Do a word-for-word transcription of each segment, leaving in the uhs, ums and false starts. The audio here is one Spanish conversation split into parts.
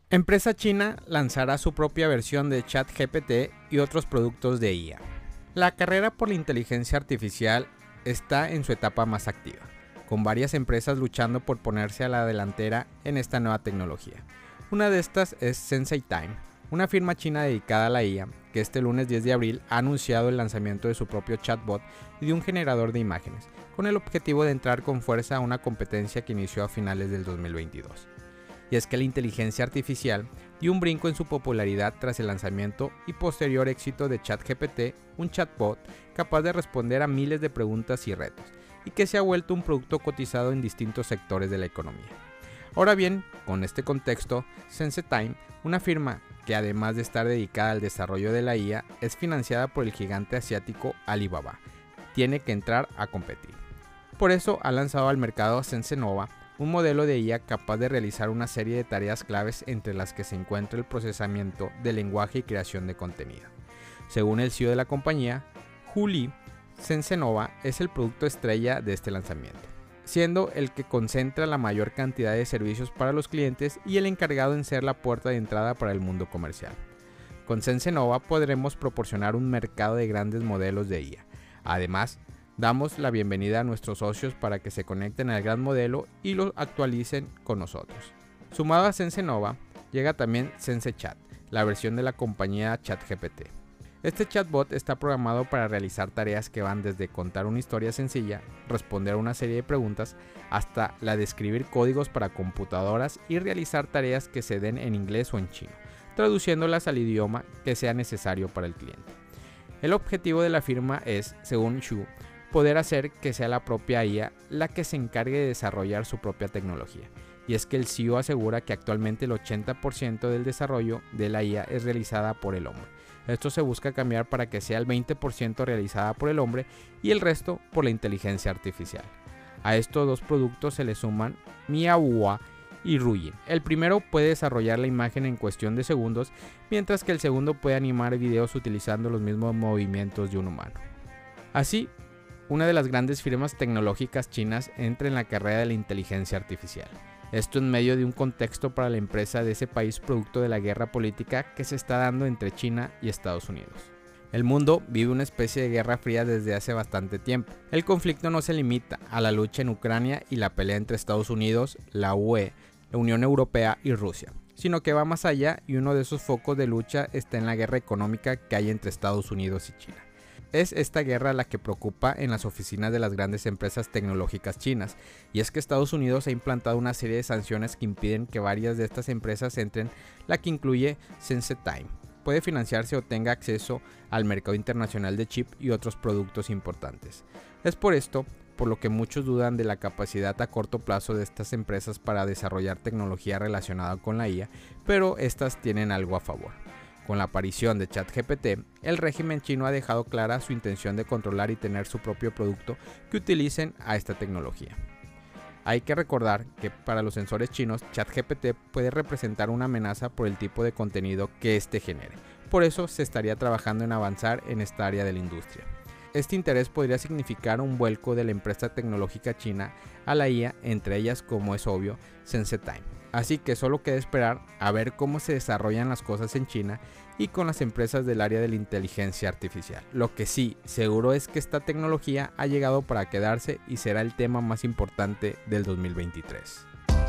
Empresa china lanzará su propia versión de ChatGPT y otros productos de I A. La carrera por la inteligencia artificial está en su etapa más activa, con varias empresas luchando por ponerse a la delantera en esta nueva tecnología. Una de estas es SenseiTime, una firma china dedicada a la I A, que este lunes diez de abril ha anunciado el lanzamiento de su propio chatbot y de un generador de imágenes, con el objetivo de entrar con fuerza a una competencia que inició a finales del dos mil veintidós. Y es que la inteligencia artificial dio un brinco en su popularidad tras el lanzamiento y posterior éxito de ChatGPT, un chatbot capaz de responder a miles de preguntas y retos, y que se ha vuelto un producto cotizado en distintos sectores de la economía. Ahora bien, con este contexto, SenseiTime, una firma que además de estar dedicada al desarrollo de la I A, es financiada por el gigante asiático Alibaba, tiene que entrar a competir. Por eso ha lanzado al mercado SenseNova, un modelo de I A capaz de realizar una serie de tareas claves entre las que se encuentra el procesamiento de lenguaje y creación de contenido. Según el C E O de la compañía, Hu Li, SenseNova es el producto estrella de este lanzamiento, siendo el que concentra la mayor cantidad de servicios para los clientes y el encargado en ser la puerta de entrada para el mundo comercial. Con SenseNova podremos proporcionar un mercado de grandes modelos de I A. Además, damos la bienvenida a nuestros socios para que se conecten al gran modelo y lo actualicen con nosotros. Sumado a SenseNova, llega también SenseiChat, la versión de la compañía ChatGPT. Este chatbot está programado para realizar tareas que van desde contar una historia sencilla, responder a una serie de preguntas, hasta la de escribir códigos para computadoras y realizar tareas que se den en inglés o en chino, traduciéndolas al idioma que sea necesario para el cliente. El objetivo de la firma es, según Xu, poder hacer que sea la propia I A la que se encargue de desarrollar su propia tecnología. Y es que el C E O asegura que actualmente el ochenta por ciento del desarrollo de la I A es realizada por el hombre. Esto se busca cambiar para que sea el veinte por ciento realizada por el hombre y el resto por la inteligencia artificial. A estos dos productos se le suman Miaohua y Ruyin. El primero puede desarrollar la imagen en cuestión de segundos, mientras que el segundo puede animar videos utilizando los mismos movimientos de un humano. Así, una de las grandes firmas tecnológicas chinas entra en la carrera de la inteligencia artificial. Esto en medio de un contexto para la empresa de ese país producto de la guerra política que se está dando entre China y Estados Unidos. El mundo vive una especie de guerra fría desde hace bastante tiempo. El conflicto no se limita a la lucha en Ucrania y la pelea entre Estados Unidos, la U E, la Unión Europea y Rusia, sino que va más allá y uno de esos focos de lucha está en la guerra económica que hay entre Estados Unidos y China. Es esta guerra la que preocupa en las oficinas de las grandes empresas tecnológicas chinas, y es que Estados Unidos ha implantado una serie de sanciones que impiden que varias de estas empresas entren, la que incluye SenseTime. Puede financiarse o tenga acceso al mercado internacional de chip y otros productos importantes. Es por esto por lo que muchos dudan de la capacidad a corto plazo de estas empresas para desarrollar tecnología relacionada con la I A, pero estas tienen algo a favor. Con la aparición de ChatGPT, el régimen chino ha dejado clara su intención de controlar y tener su propio producto que utilicen a esta tecnología. Hay que recordar que para los sensores chinos, ChatGPT puede representar una amenaza por el tipo de contenido que éste genere. Por eso se estaría trabajando en avanzar en esta área de la industria. Este interés podría significar un vuelco de la empresa tecnológica china a la I A, entre ellas, como es obvio, SenseTime. Así que solo queda esperar a ver cómo se desarrollan las cosas en China y con las empresas del área de la inteligencia artificial. Lo que sí, seguro es que esta tecnología ha llegado para quedarse y será el tema más importante del dos mil veintitrés.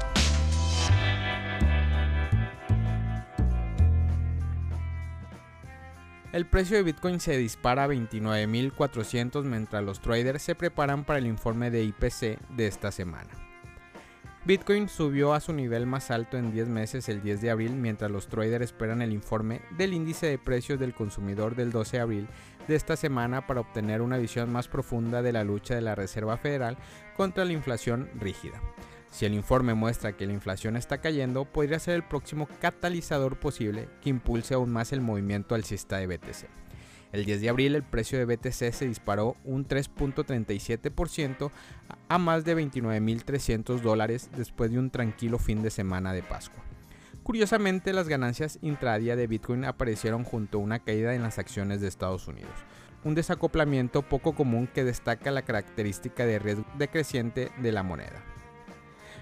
El precio de Bitcoin se dispara a veintinueve mil cuatrocientos mientras los traders se preparan para el informe de I P C de esta semana. Bitcoin subió a su nivel más alto en diez meses el diez de abril mientras los traders esperan el informe del índice de precios del consumidor del doce de abril de esta semana para obtener una visión más profunda de la lucha de la Reserva Federal contra la inflación rígida. Si el informe muestra que la inflación está cayendo, podría ser el próximo catalizador posible que impulse aún más el movimiento alcista de B T C. El diez de abril el precio de B T C se disparó un tres punto treinta y siete por ciento a más de veintinueve mil trescientos dólares después de un tranquilo fin de semana de Pascua. Curiosamente, las ganancias intradía de Bitcoin aparecieron junto a una caída en las acciones de Estados Unidos, un desacoplamiento poco común que destaca la característica de riesgo decreciente de la moneda.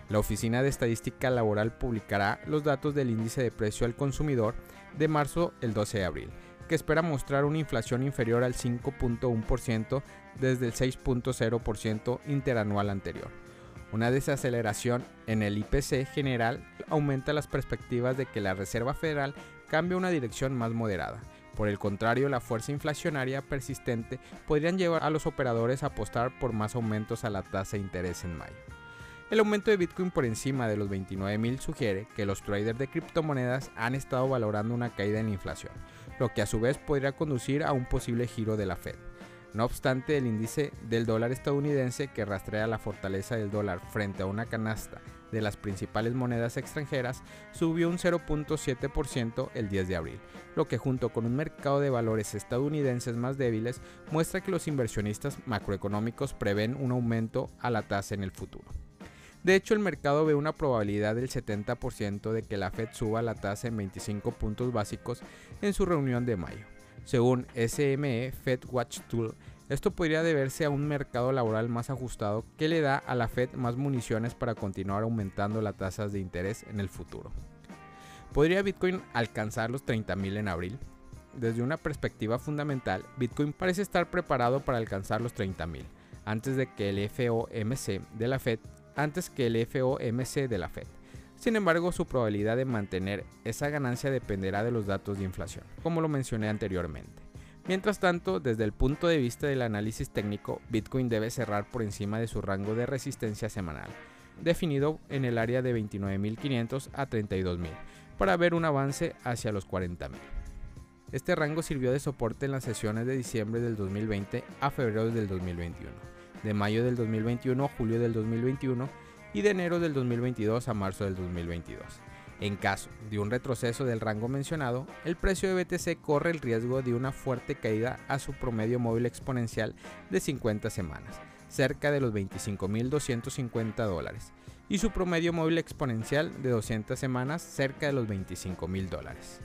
La Oficina de Estadística Laboral publicará los datos del índice de precio al consumidor de marzo el doce de abril, que espera mostrar una inflación inferior al cinco punto uno por ciento desde el seis punto cero por ciento interanual anterior. Una desaceleración en el I P C general aumenta las perspectivas de que la Reserva Federal cambie una dirección más moderada. Por el contrario, la fuerza inflacionaria persistente podrían llevar a los operadores a apostar por más aumentos a la tasa de interés en mayo. El aumento de Bitcoin por encima de los veintinueve mil sugiere que los traders de criptomonedas han estado valorando una caída en la inflación, lo que a su vez podría conducir a un posible giro de la Fed. No obstante, el índice del dólar estadounidense, que rastrea la fortaleza del dólar frente a una canasta de las principales monedas extranjeras, subió un cero punto siete por ciento el diez de abril, lo que junto con un mercado de valores estadounidenses más débiles muestra que los inversionistas macroeconómicos prevén un aumento a la tasa en el futuro. De hecho, el mercado ve una probabilidad del setenta por ciento de que la Fed suba la tasa en veinticinco puntos básicos en su reunión de mayo. Según S M E Fed Watch Tool, esto podría deberse a un mercado laboral más ajustado que le da a la Fed más municiones para continuar aumentando las tasas de interés en el futuro. ¿Podría Bitcoin alcanzar los treinta mil en abril? Desde una perspectiva fundamental, Bitcoin parece estar preparado para alcanzar los treinta mil antes de que el F O M C de la Fed, antes que el F O M C de la Fed. Sin embargo, su probabilidad de mantener esa ganancia dependerá de los datos de inflación, como lo mencioné anteriormente. Mientras tanto, desde el punto de vista del análisis técnico, Bitcoin debe cerrar por encima de su rango de resistencia semanal, definido en el área de veintinueve mil quinientos a treinta y dos mil, para ver un avance hacia los cuarenta mil. Este rango sirvió de soporte en las sesiones de diciembre del dos mil veinte a febrero del dos mil veintiuno, de mayo del dos mil veintiuno a julio del dos mil veintiuno y de enero del dos mil veintidós a marzo del dos mil veintidós. En caso de un retroceso del rango mencionado, el precio de B T C corre el riesgo de una fuerte caída a su promedio móvil exponencial de cincuenta semanas, cerca de los veinticinco mil doscientos cincuenta dólares, y su promedio móvil exponencial de doscientas semanas cerca de los veinticinco mil dólares.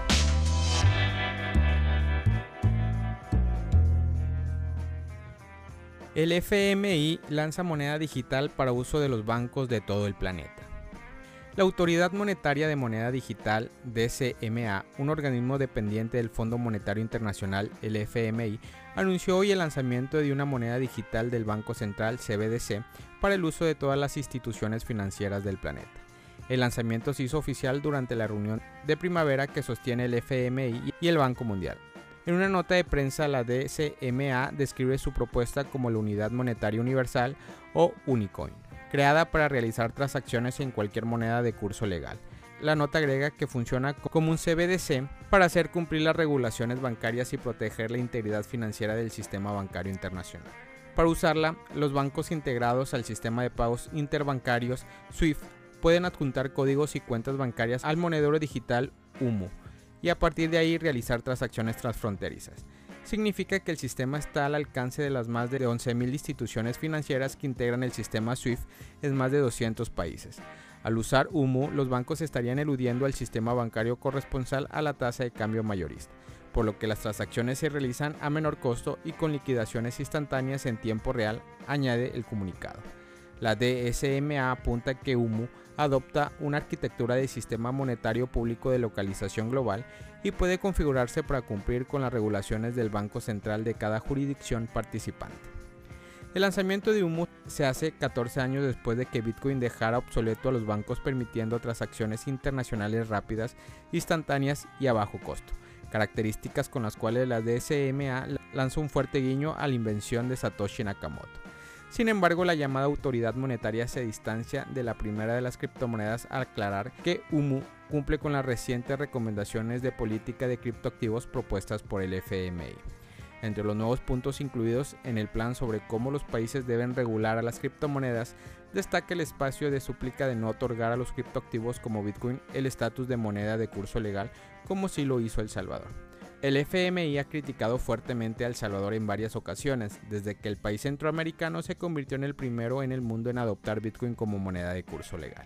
El F M I lanza moneda digital para uso de los bancos de todo el planeta. La Autoridad Monetaria de Moneda Digital, D C M A, un organismo dependiente del Fondo Monetario Internacional, el F M I, anunció hoy el lanzamiento de una moneda digital del Banco Central, C B D C, para el uso de todas las instituciones financieras del planeta. El lanzamiento se hizo oficial durante la reunión de primavera que sostiene el F M I y el Banco Mundial. En una nota de prensa, la D C M A describe su propuesta como la Unidad Monetaria Universal o Unicoin, creada para realizar transacciones en cualquier moneda de curso legal. La nota agrega que funciona como un C B D C para hacer cumplir las regulaciones bancarias y proteger la integridad financiera del sistema bancario internacional. Para usarla, los bancos integrados al sistema de pagos interbancarios SWIFT pueden adjuntar códigos y cuentas bancarias al monedero digital U M U y a partir de ahí realizar transacciones transfronterizas. Significa que el sistema está al alcance de las más de once mil instituciones financieras que integran el sistema SWIFT en más de doscientos países. Al usar U M U, los bancos estarían eludiendo al sistema bancario corresponsal a la tasa de cambio mayorista, por lo que las transacciones se realizan a menor costo y con liquidaciones instantáneas en tiempo real, añade el comunicado. La D S M A apunta que U M U adopta una arquitectura de sistema monetario público de localización global y puede configurarse para cumplir con las regulaciones del Banco Central de cada jurisdicción participante. El lanzamiento de U M U se hace catorce años después de que Bitcoin dejara obsoleto a los bancos, permitiendo transacciones internacionales rápidas, instantáneas y a bajo costo, características con las cuales la D S M A lanzó un fuerte guiño a la invención de Satoshi Nakamoto. Sin embargo, la llamada autoridad monetaria se distancia de la primera de las criptomonedas al aclarar que U M U cumple con las recientes recomendaciones de política de criptoactivos propuestas por el F M I. Entre los nuevos puntos incluidos en el plan sobre cómo los países deben regular a las criptomonedas, destaca el espacio de súplica de no otorgar a los criptoactivos como Bitcoin el estatus de moneda de curso legal, como sí lo hizo El Salvador. El F M I ha criticado fuertemente a El Salvador en varias ocasiones, desde que el país centroamericano se convirtió en el primero en el mundo en adoptar Bitcoin como moneda de curso legal.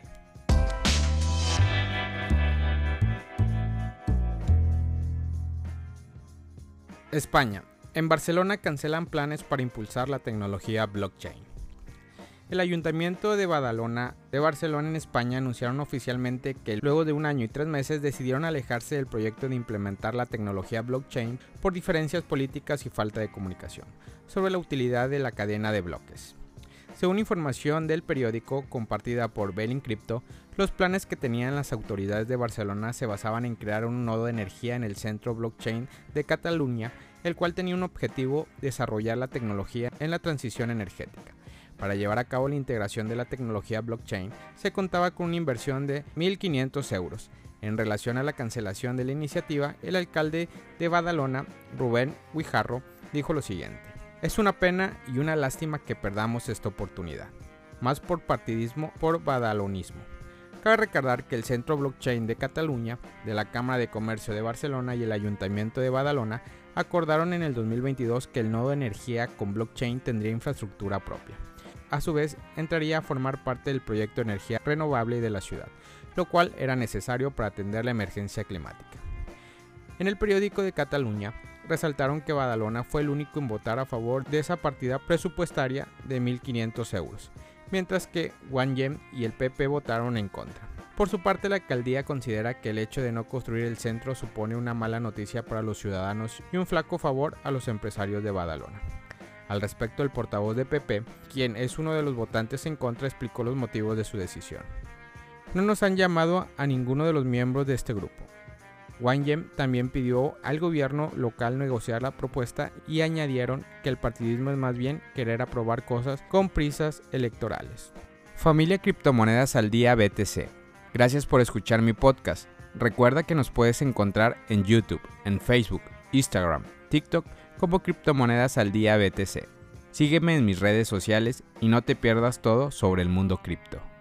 España. En Barcelona cancelan planes para impulsar la tecnología blockchain. El Ayuntamiento de Badalona de Barcelona en España anunciaron oficialmente que luego de un año y tres meses decidieron alejarse del proyecto de implementar la tecnología blockchain por diferencias políticas y falta de comunicación sobre la utilidad de la cadena de bloques. Según información del periódico compartida por Belin Crypto, los planes que tenían las autoridades de Barcelona se basaban en crear un nodo de energía en el centro blockchain de Cataluña, el cual tenía un objetivo: desarrollar la tecnología en la transición energética. Para llevar a cabo la integración de la tecnología blockchain, se contaba con una inversión de mil quinientos euros. En relación a la cancelación de la iniciativa, el alcalde de Badalona, Rubén Guijarro, dijo lo siguiente: es una pena y una lástima que perdamos esta oportunidad, más por partidismo, por badalonismo. Cabe recordar que el Centro Blockchain de Cataluña, de la Cámara de Comercio de Barcelona y el Ayuntamiento de Badalona acordaron en el dos mil veintidós que el nodo de energía con blockchain tendría infraestructura propia. A su vez, entraría a formar parte del proyecto de energía renovable de la ciudad, lo cual era necesario para atender la emergencia climática. En el periódico de Cataluña, resaltaron que Badalona fue el único en votar a favor de esa partida presupuestaria de mil quinientos euros, mientras que Guanyem y el P P votaron en contra. Por su parte, la alcaldía considera que el hecho de no construir el centro supone una mala noticia para los ciudadanos y un flaco favor a los empresarios de Badalona. Al respecto, el portavoz de P P, quien es uno de los votantes en contra, explicó los motivos de su decisión. No nos han llamado a ninguno de los miembros de este grupo. Guanyem también pidió al gobierno local negociar la propuesta y añadieron que el partidismo es más bien querer aprobar cosas con prisas electorales. Familia Criptomonedas al Día B T C. Gracias por escuchar mi podcast. Recuerda que nos puedes encontrar en YouTube, en Facebook, Instagram, TikTok como Criptomonedas al Día B T C. Sígueme en mis redes sociales y no te pierdas todo sobre el mundo cripto.